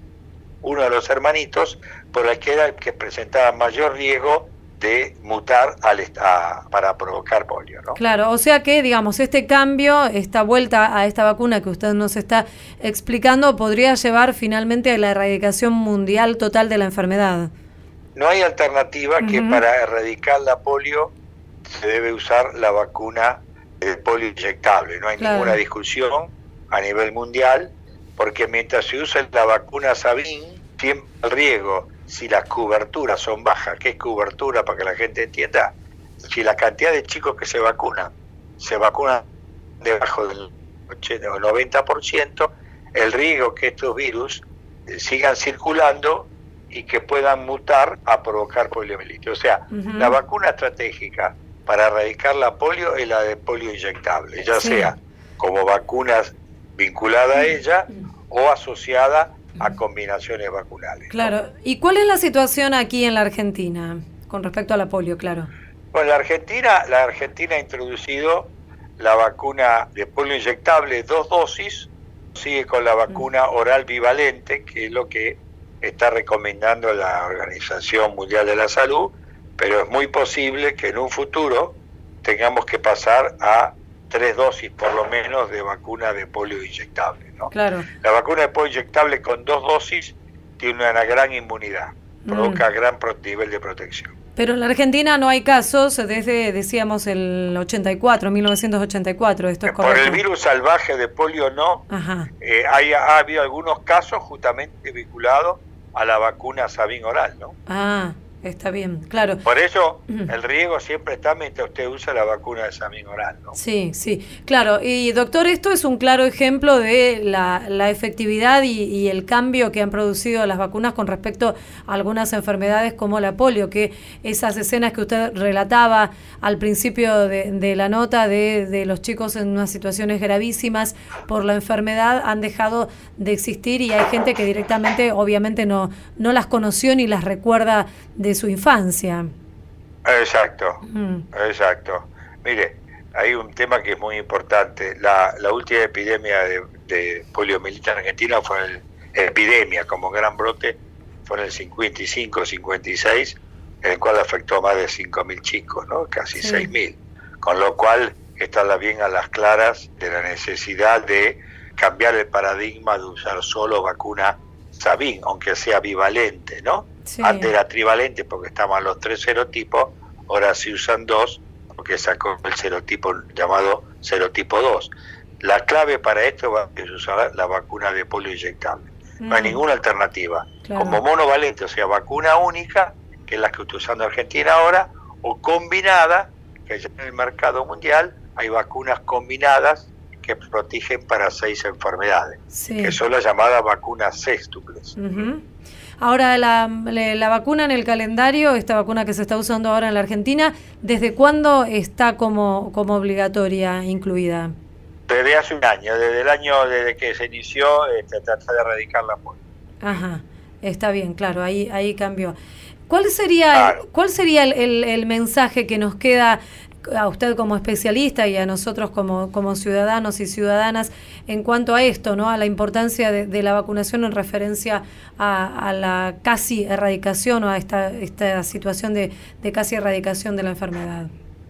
uno de los hermanitos, por el que era el que presentaba mayor riesgo de mutar al a, para provocar polio, ¿no? Claro, o sea que, digamos, este cambio, esta vuelta a esta vacuna que usted nos está explicando, podría llevar finalmente a la erradicación mundial total de la enfermedad. No hay alternativa uh-huh. que para erradicar la polio se debe usar la vacuna de polio inyectable. No hay claro. ninguna discusión a nivel mundial, porque mientras se usa la vacuna Sabin, siempre el riesgo, si las coberturas son bajas, ¿qué es cobertura para que la gente entienda? Si la cantidad de chicos que se vacunan, se vacunan debajo del ochenta o noventa por ciento, el riesgo que estos virus sigan circulando y que puedan mutar a provocar poliomielitis. O sea, uh-huh. la vacuna estratégica para erradicar la polio es la de polio inyectable, ya sí. sea como vacunas vinculadas a ella o asociada a combinaciones vacunales. Claro. ¿no? ¿Y cuál es la situación aquí en la Argentina con respecto a la polio, claro? Bueno, la Argentina, la Argentina ha introducido la vacuna de polio inyectable dos dosis, sigue con la vacuna oral bivalente, que es lo que está recomendando la Organización Mundial de la Salud, pero es muy posible que en un futuro tengamos que pasar a tres dosis por lo menos de vacuna de polio inyectable, ¿no? Claro. La vacuna de polio inyectable con dos dosis tiene una gran inmunidad, provoca mm. gran nivel de protección. Pero en la Argentina no hay casos desde, decíamos, el ochenta y cuatro, mil novecientos ochenta y cuatro, ¿esto es correcto? Por el virus salvaje de polio no, eh, hay, ha habido algunos casos justamente vinculados a la vacuna Sabin oral, ¿no? Ah, está bien, claro. Por eso uh-huh. el riesgo siempre está mientras usted usa la vacuna de Sabin oral, ¿no? Sí, sí, claro. Y doctor, esto es un claro ejemplo de la, la efectividad y, y el cambio que han producido las vacunas con respecto a algunas enfermedades como la polio, que esas escenas que usted relataba al principio de, de la nota de, de los chicos en unas situaciones gravísimas por la enfermedad han dejado de existir y hay gente que directamente obviamente no, no las conoció ni las recuerda de su infancia. Exacto, mm. exacto. Mire, hay un tema que es muy importante. La, la última epidemia de, de poliomielitis en Argentina fue el, epidemia como gran brote, fue en el cincuenta y cinco, cincuenta y seis, en el cual afectó a más de cinco mil chicos, ¿no? Casi sí. seis mil. Con lo cual está bien a las claras de la necesidad de cambiar el paradigma de usar solo vacuna Sabin, aunque sea bivalente, ¿no? Sí. Antes era trivalente porque estaban los tres serotipos, ahora se usan dos porque sacó el serotipo llamado serotipo dos. La clave para esto va a usar la vacuna de polio inyectable. Mm. No hay ninguna alternativa. Claro. Como monovalente, o sea, vacuna única, que es la que está usando Argentina ahora, o combinada, que ya en el mercado mundial hay vacunas combinadas que protegen para seis enfermedades, sí. que son las llamadas vacunas sextuples. Uh-huh. Ahora, la, la vacuna en el calendario, esta vacuna que se está usando ahora en la Argentina, ¿desde cuándo está como, como obligatoria incluida? Desde hace un año, desde el año desde que se inició, este, trata de erradicar la polio. Ajá, está bien, claro, ahí ahí cambió. ¿Cuál sería, claro. ¿cuál sería el, el, el mensaje que nos queda a usted como especialista y a nosotros como, como ciudadanos y ciudadanas en cuanto a esto, ¿no? A la importancia de, de la vacunación en referencia a, a la casi erradicación o a esta, esta situación de, de casi erradicación de la enfermedad?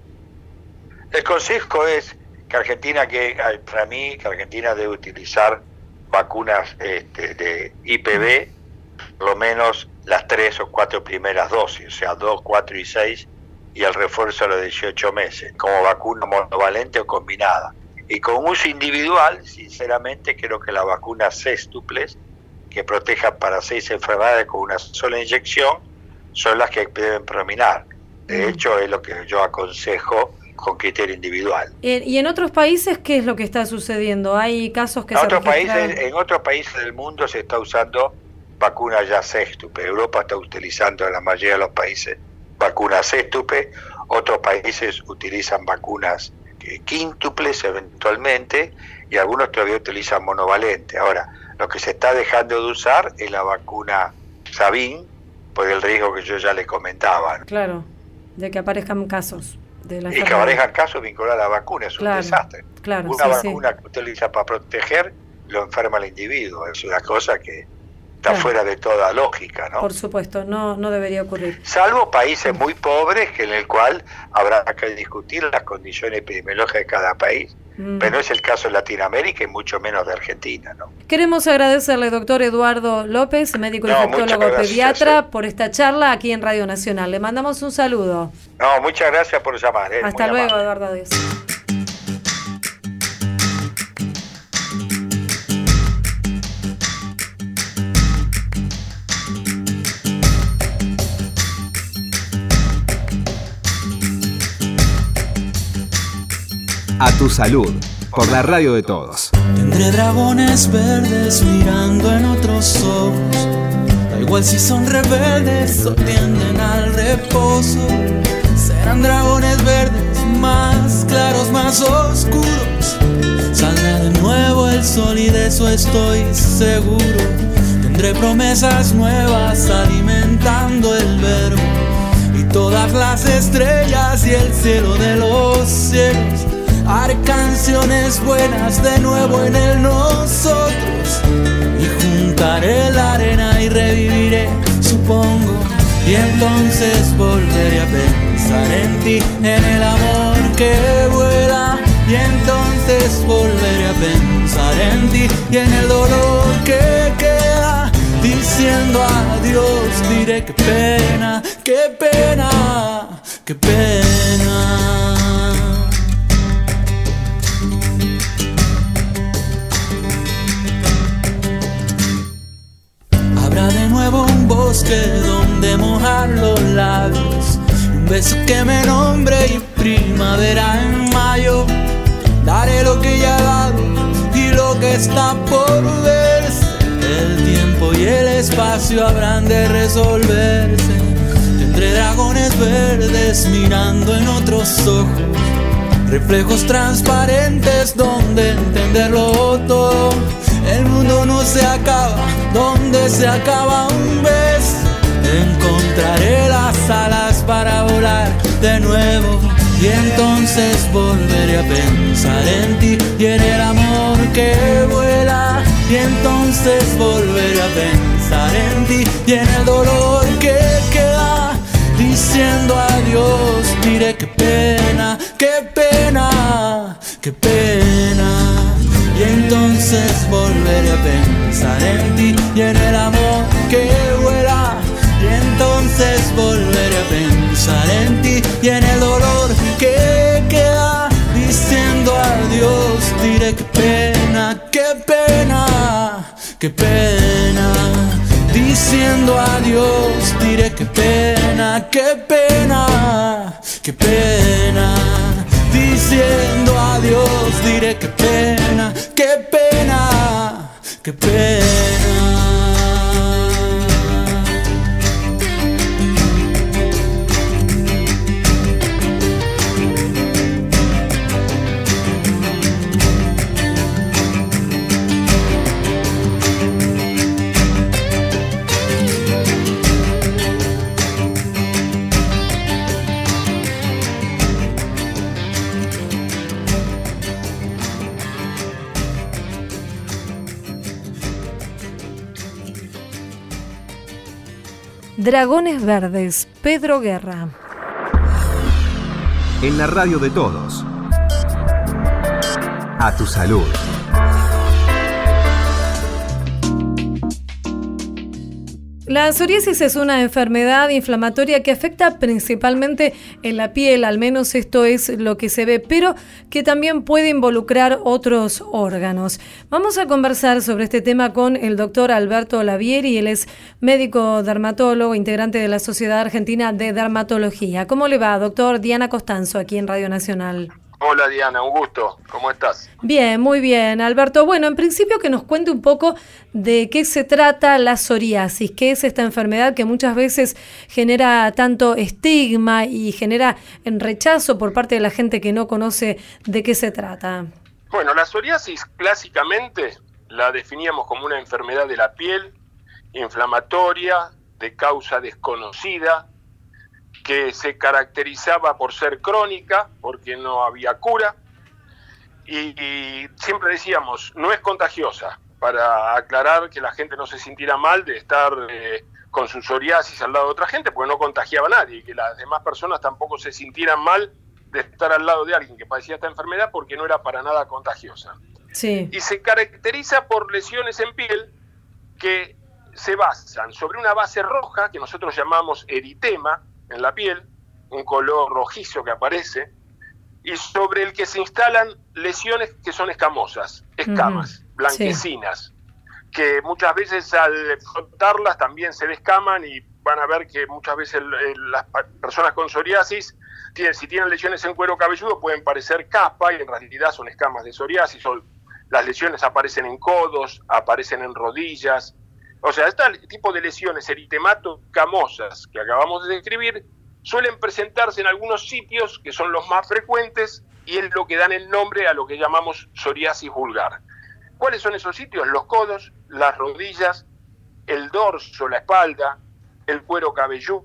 El consejo es que Argentina, que para mí, que Argentina debe utilizar vacunas este, de I P V, por lo menos las tres o cuatro primeras dosis, o sea, dos, cuatro y seis, y el refuerzo a los dieciocho meses, como vacuna monovalente o combinada. Y con uso individual, sinceramente, creo que las vacunas sextuples, que protejan para seis enfermedades con una sola inyección, son las que deben predominar. De hecho, es lo que yo aconsejo con criterio individual. ¿Y en otros países qué es lo que está sucediendo? ¿Hay casos que en se otros registraron? países, En otros países del mundo se está usando vacunas ya sextuples. Europa está utilizando en la mayoría de los países vacunas sextuples, otros países utilizan vacunas quíntuples eventualmente y algunos todavía utilizan monovalente. Ahora, lo que se está dejando de usar es la vacuna Sabin por el riesgo que yo ya le comentaba, ¿no? Claro, de que aparezcan casos de la y que aparezcan casos vinculados a la vacuna, es claro, un desastre. Claro, una sí, vacuna sí. que utiliza para proteger lo enferma al individuo, es una cosa que está claro. fuera de toda lógica, ¿no? Por supuesto, no no debería ocurrir. Salvo países muy pobres, que en el cual habrá que discutir las condiciones epidemiológicas de cada país, mm. pero no es el caso de Latinoamérica y mucho menos de Argentina, ¿no? Queremos agradecerle, doctor Eduardo López, médico no, infectólogo pediatra, por esta charla aquí en Radio Nacional. Le mandamos un saludo. No, muchas gracias por llamar. ¿eh? Hasta muy luego, amable. Eduardo Díaz. A tu salud, por la radio de todos. Tendré dragones verdes mirando en otros ojos. Da igual si son rebeldes o tienden al reposo. Serán dragones verdes más claros, más oscuros. Saldrá de nuevo el sol y de eso estoy seguro. Tendré promesas nuevas alimentando el verbo. Y todas las estrellas y el cielo de los cielos. Haré canciones buenas de nuevo en el nosotros. Y juntaré la arena y reviviré, supongo. Y entonces volveré a pensar en ti, en el amor que vuela. Y entonces volveré a pensar en ti y en el dolor que queda. Diciendo adiós diré qué pena, qué pena, qué pena. Habrá de nuevo un bosque donde mojar los labios, un beso que me nombre y primavera en mayo. Daré lo que ya he dado y lo que está por verse. El tiempo y el espacio habrán de resolverse. Tendré dragones verdes mirando en otros ojos, reflejos transparentes donde entenderlo todo. El mundo no se acaba donde se acaba un beso. Encontraré las alas para volar de nuevo. Y entonces volveré a pensar en ti y en el amor que vuela. Y entonces volveré a pensar en ti y en el dolor que queda. Dice qué pena. Y entonces volveré a pensar en ti y en el amor que vuela. Y entonces volveré a pensar en ti y en el dolor que queda. Diciendo adiós diré qué pena, qué pena, qué pena. Diciendo adiós diré qué pena, qué pena, qué pena. Diciendo adiós diré qué pena, qué pena, qué pena. Dragones Verdes, Pedro Guerra. En la radio de todos. A tu salud. La psoriasis es una enfermedad inflamatoria que afecta principalmente en la piel, al menos esto es lo que se ve, pero que también puede involucrar otros órganos. Vamos a conversar sobre este tema con el doctor Alberto Lavieri, él es médico dermatólogo, integrante de la Sociedad Argentina de Dermatología. ¿Cómo le va, doctor? Diana Costanzo, aquí en Radio Nacional. Hola Diana, un gusto. ¿Cómo estás? Bien, muy bien, Alberto. Bueno, en principio que nos cuente un poco de qué se trata la psoriasis, qué es esta enfermedad que muchas veces genera tanto estigma y genera en rechazo por parte de la gente que no conoce de qué se trata. Bueno, la psoriasis clásicamente la definíamos como una enfermedad de la piel, inflamatoria, de causa desconocida, que se caracterizaba por ser crónica, porque no había cura, y, y siempre decíamos, no es contagiosa, para aclarar que la gente no se sintiera mal de estar eh, con su psoriasis al lado de otra gente, porque no contagiaba a nadie, y que las demás personas tampoco se sintieran mal de estar al lado de alguien que padecía esta enfermedad, porque no era para nada contagiosa. Sí. Y se caracteriza por lesiones en piel que se basan sobre una base roja, que nosotros llamamos eritema, en la piel, un color rojizo que aparece, y sobre el que se instalan lesiones que son escamosas, escamas, uh-huh. blanquecinas, sí. que muchas veces al frotarlas también se descaman y van a ver que muchas veces el, el, las personas con psoriasis, tienen, si tienen lesiones en cuero cabelludo, pueden parecer caspa y en realidad son escamas de psoriasis, o las lesiones aparecen en codos, aparecen en rodillas. O sea, este tipo de lesiones eritemato-camosas que acabamos de describir suelen presentarse en algunos sitios que son los más frecuentes y es lo que dan el nombre a lo que llamamos psoriasis vulgar. ¿Cuáles son esos sitios? Los codos, las rodillas, el dorso, la espalda, el cuero cabelludo.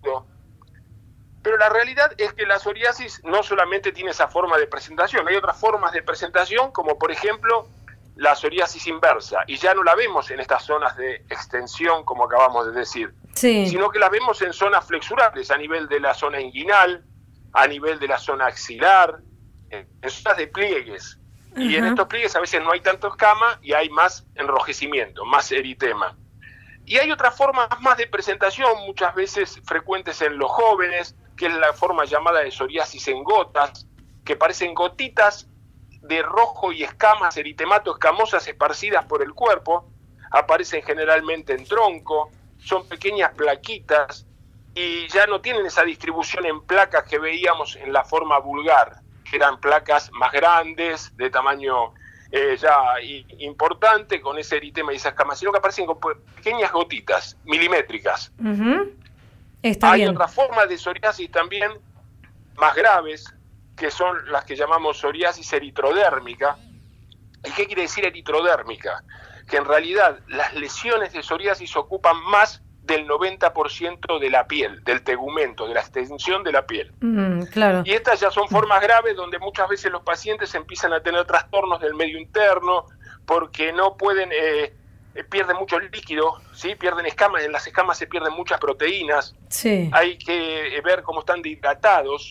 Pero la realidad es que la psoriasis no solamente tiene esa forma de presentación, hay otras formas de presentación como por ejemplo la psoriasis inversa, y ya no la vemos en estas zonas de extensión, como acabamos de decir, sí. sino que la vemos en zonas flexurales, a nivel de la zona inguinal, a nivel de la zona axilar, en zonas de pliegues. Uh-huh. Y en estos pliegues a veces no hay tanto escama y hay más enrojecimiento, más eritema. Y hay otras formas más de presentación, muchas veces frecuentes en los jóvenes, que es la forma llamada de psoriasis en gotas, que parecen gotitas de rojo y escamas, eritemato, escamosas esparcidas por el cuerpo, aparecen generalmente en tronco, son pequeñas plaquitas y ya no tienen esa distribución en placas que veíamos en la forma vulgar, que eran placas más grandes, de tamaño eh, ya i- importante, con ese eritema y esas escamas, sino que aparecen con pequeñas gotitas milimétricas. Uh-huh. Está Hay bien. otras formas de psoriasis también más graves, que son las que llamamos psoriasis eritrodérmica. ¿Y qué quiere decir eritrodérmica? Que en realidad las lesiones de psoriasis ocupan más del noventa por ciento de la piel, del tegumento, de la extensión de la piel. Mm, claro. Y estas ya son formas graves donde muchas veces los pacientes empiezan a tener trastornos del medio interno porque no pueden, eh, pierden mucho líquido, ¿sí? Pierden escamas, en las escamas se pierden muchas proteínas. Sí. Hay que ver cómo están dehidratados.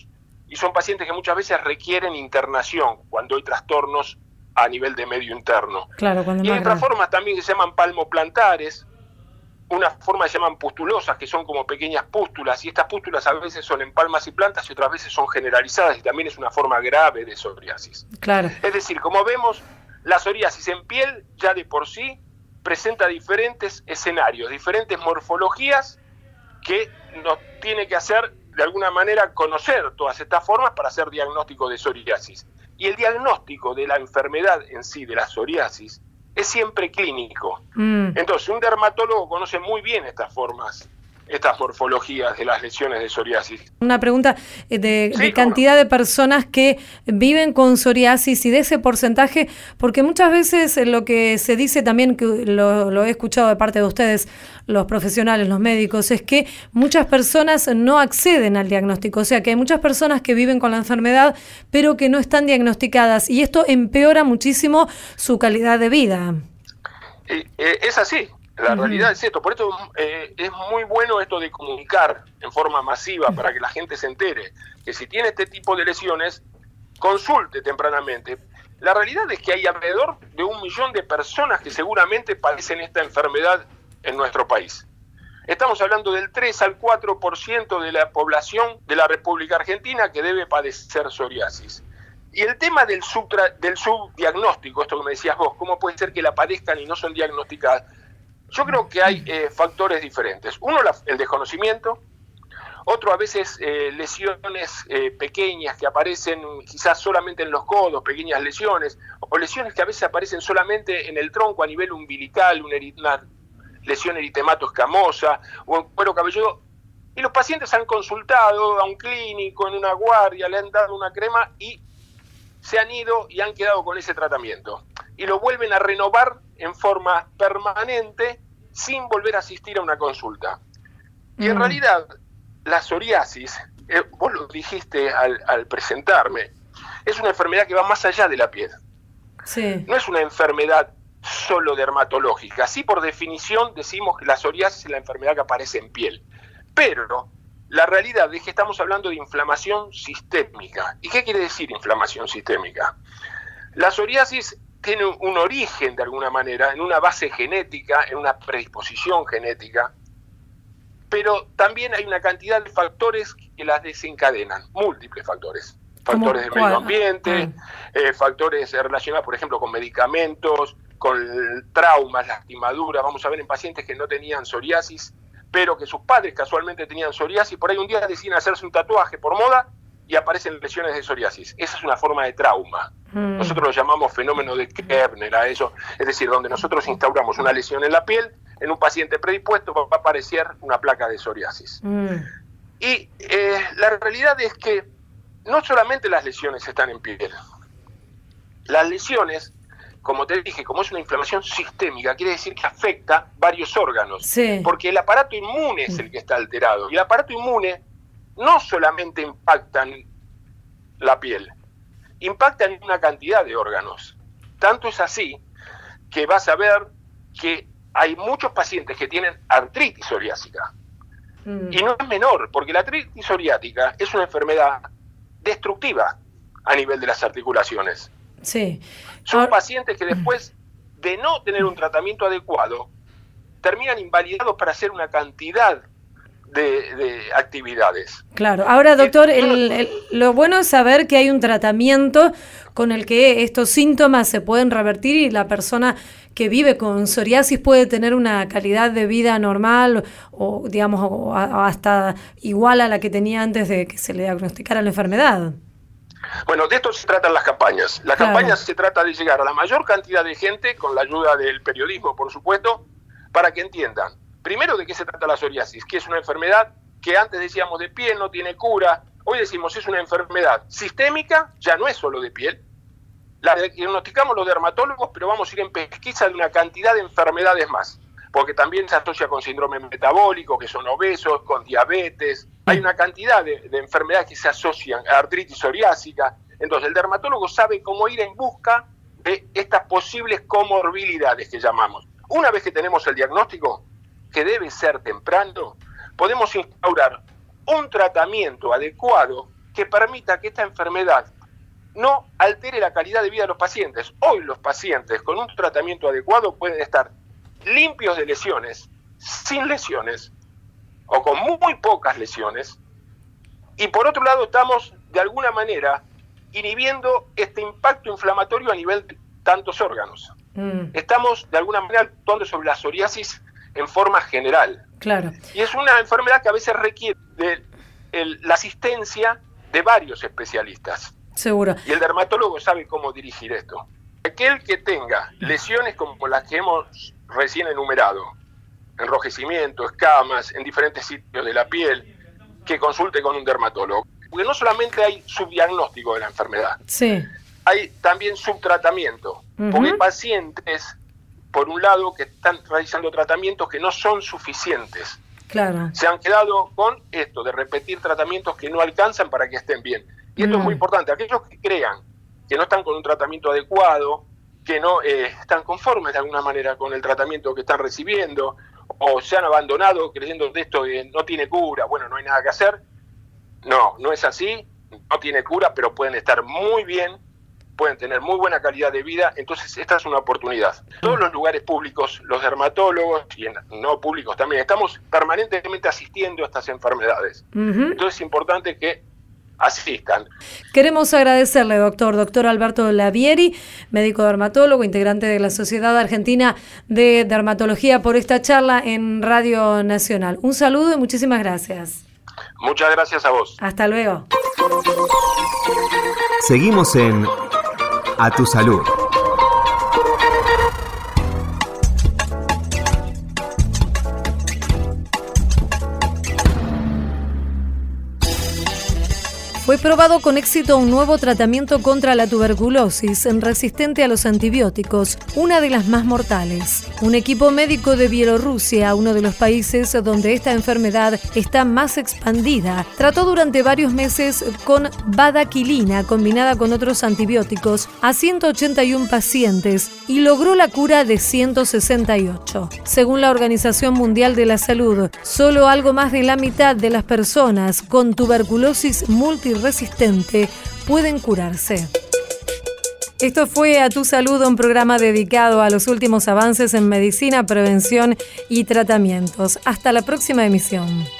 y son pacientes que muchas veces requieren internación cuando hay trastornos a nivel de medio interno. Claro, cuando y hay otras formas también que se llaman palmoplantares, unas formas se llaman pustulosas, que son como pequeñas pústulas, y estas pústulas a veces son en palmas y plantas y otras veces son generalizadas, y también es una forma grave de psoriasis. Claro. Es decir, como vemos, la psoriasis en piel ya de por sí presenta diferentes escenarios, diferentes morfologías que nos tiene que hacer de alguna manera conocer todas estas formas para hacer diagnóstico de psoriasis. Y el diagnóstico de la enfermedad en sí, de la psoriasis, es siempre clínico. Mm. Entonces, un dermatólogo conoce muy bien estas formas, estas morfologías de las lesiones de psoriasis. Una pregunta de, sí, de cantidad de personas que viven con psoriasis y de ese porcentaje, porque muchas veces lo que se dice también, que lo, lo he escuchado de parte de ustedes, los profesionales, los médicos, es que muchas personas no acceden al diagnóstico, o sea que hay muchas personas que viven con la enfermedad pero que no están diagnosticadas, y esto empeora muchísimo su calidad de vida. Eh, eh, es así. La uh-huh. realidad es esto, por esto eh, es muy bueno esto de comunicar en forma masiva para que la gente se entere que si tiene este tipo de lesiones, consulte tempranamente. La realidad es que hay alrededor de un millón de personas que seguramente padecen esta enfermedad en nuestro país. Estamos hablando del tres al cuatro por ciento de la población de la República Argentina que debe padecer psoriasis. Y el tema del, subtra, del subdiagnóstico, esto que me decías vos, ¿cómo puede ser que la padezcan y no son diagnosticadas? Yo creo que hay eh, factores diferentes. Uno, la, el desconocimiento. Otro, a veces eh, lesiones eh, pequeñas que aparecen quizás solamente en los codos, pequeñas lesiones, o lesiones que a veces aparecen solamente en el tronco a nivel umbilical, una, una lesión eritemato-escamosa o en cuero cabelludo. Y los pacientes han consultado a un clínico, en una guardia, le han dado una crema y se han ido y han quedado con ese tratamiento. Y lo vuelven a renovar en forma permanente sin volver a asistir a una consulta. Y en mm. realidad, la psoriasis, eh, vos lo dijiste al, al presentarme, es una enfermedad que va más allá de la piel. Sí. No es una enfermedad solo dermatológica. Sí, por definición decimos que la psoriasis es la enfermedad que aparece en piel. Pero la realidad es que estamos hablando de inflamación sistémica. ¿Y qué quiere decir inflamación sistémica? La psoriasis tiene un origen, de alguna manera, en una base genética, en una predisposición genética, pero también hay una cantidad de factores que las desencadenan, múltiples factores. Factores del medio ambiente, eh, factores relacionados, por ejemplo, con medicamentos, con traumas, lastimaduras. Vamos a ver en pacientes que no tenían psoriasis, pero que sus padres casualmente tenían psoriasis, por ahí un día deciden hacerse un tatuaje por moda y aparecen lesiones de psoriasis. Esa es una forma de trauma. Mm. Nosotros lo llamamos fenómeno de Krebner a eso, es decir, donde nosotros instauramos una lesión en la piel, en un paciente predispuesto va a aparecer una placa de psoriasis. Mm. Y eh, la realidad es que no solamente las lesiones están en piel. Las lesiones, como te dije, como es una inflamación sistémica, quiere decir que afecta varios órganos. Sí. Porque el aparato inmune es el que está alterado. Y el aparato inmune no solamente impacta en la piel, impacta en una cantidad de órganos. Tanto es así que vas a ver que hay muchos pacientes que tienen artritis psoriásica. Mm. Y no es menor, porque la artritis psoriática es una enfermedad destructiva a nivel de las articulaciones. Sí. Son Ahora... pacientes que después de no tener un tratamiento adecuado, terminan invalidados para hacer una cantidad de, de actividades. Claro. Ahora, doctor, el, el, lo bueno es saber que hay un tratamiento con el que estos síntomas se pueden revertir y la persona que vive con psoriasis puede tener una calidad de vida normal o, digamos, o a, hasta igual a la que tenía antes de que se le diagnosticara la enfermedad. Bueno, de esto se tratan las campañas. Las claro. campañas se trata de llegar a la mayor cantidad de gente, con la ayuda del periodismo, por supuesto, para que entiendan, primero, de qué se trata la psoriasis, que es una enfermedad que antes decíamos de piel, no tiene cura. Hoy decimos es una enfermedad sistémica, ya no es solo de piel. La diagnosticamos los dermatólogos, pero vamos a ir en pesquisa de una cantidad de enfermedades más, porque también se asocia con síndrome metabólico, que son obesos, con diabetes. Hay una cantidad de, de enfermedades que se asocian a artritis psoriásica. Entonces el dermatólogo sabe cómo ir en busca de estas posibles comorbilidades que llamamos. Una vez que tenemos el diagnóstico, que debe ser temprano, podemos instaurar un tratamiento adecuado que permita que esta enfermedad no altere la calidad de vida de los pacientes. Hoy los pacientes con un tratamiento adecuado pueden estar limpios de lesiones, sin lesiones, o con muy pocas lesiones, y por otro lado estamos de alguna manera inhibiendo este impacto inflamatorio a nivel de tantos órganos. Mm. Estamos de alguna manera actuando sobre la psoriasis en forma general. Claro. Y es una enfermedad que a veces requiere de el, la asistencia de varios especialistas. Seguro. Y el dermatólogo sabe cómo dirigir esto. Aquel que tenga lesiones como las que hemos recién enumerado, enrojecimiento, escamas, en diferentes sitios de la piel, que consulte con un dermatólogo. Porque no solamente hay subdiagnóstico de la enfermedad, sí, hay también subtratamiento. Uh-huh. Porque hay pacientes, por un lado, que están realizando tratamientos que no son suficientes. Claro. Se han quedado con esto, de repetir tratamientos que no alcanzan para que estén bien. Y esto mm. es muy importante. Aquellos que crean que no están con un tratamiento adecuado, que no eh, están conformes de alguna manera con el tratamiento que están recibiendo, o se han abandonado creyendo de esto que no tiene cura, bueno, no hay nada que hacer. No, no es así, no tiene cura, pero pueden estar muy bien, pueden tener muy buena calidad de vida, entonces esta es una oportunidad. Todos los lugares públicos, los dermatólogos y en no públicos también, estamos permanentemente asistiendo a estas enfermedades. Uh-huh. Entonces es importante que asistan. Queremos agradecerle, doctor, doctor Alberto Lavieri, médico dermatólogo, integrante de la Sociedad Argentina de Dermatología, por esta charla en Radio Nacional. Un saludo y muchísimas gracias. Muchas gracias a vos. Hasta luego. Seguimos en A Tu Salud. Fue probado con éxito un nuevo tratamiento contra la tuberculosis resistente a los antibióticos, una de las más mortales. Un equipo médico de Bielorrusia, uno de los países donde esta enfermedad está más expandida, trató durante varios meses con badaquilina combinada con otros antibióticos a ciento ochenta y uno pacientes y logró la cura de ciento sesenta y ocho. Según la Organización Mundial de la Salud, solo algo más de la mitad de las personas con tuberculosis multiresistente pueden curarse. Esto fue A Tu Salud, un programa dedicado a los últimos avances en medicina, prevención y tratamientos. Hasta la próxima emisión.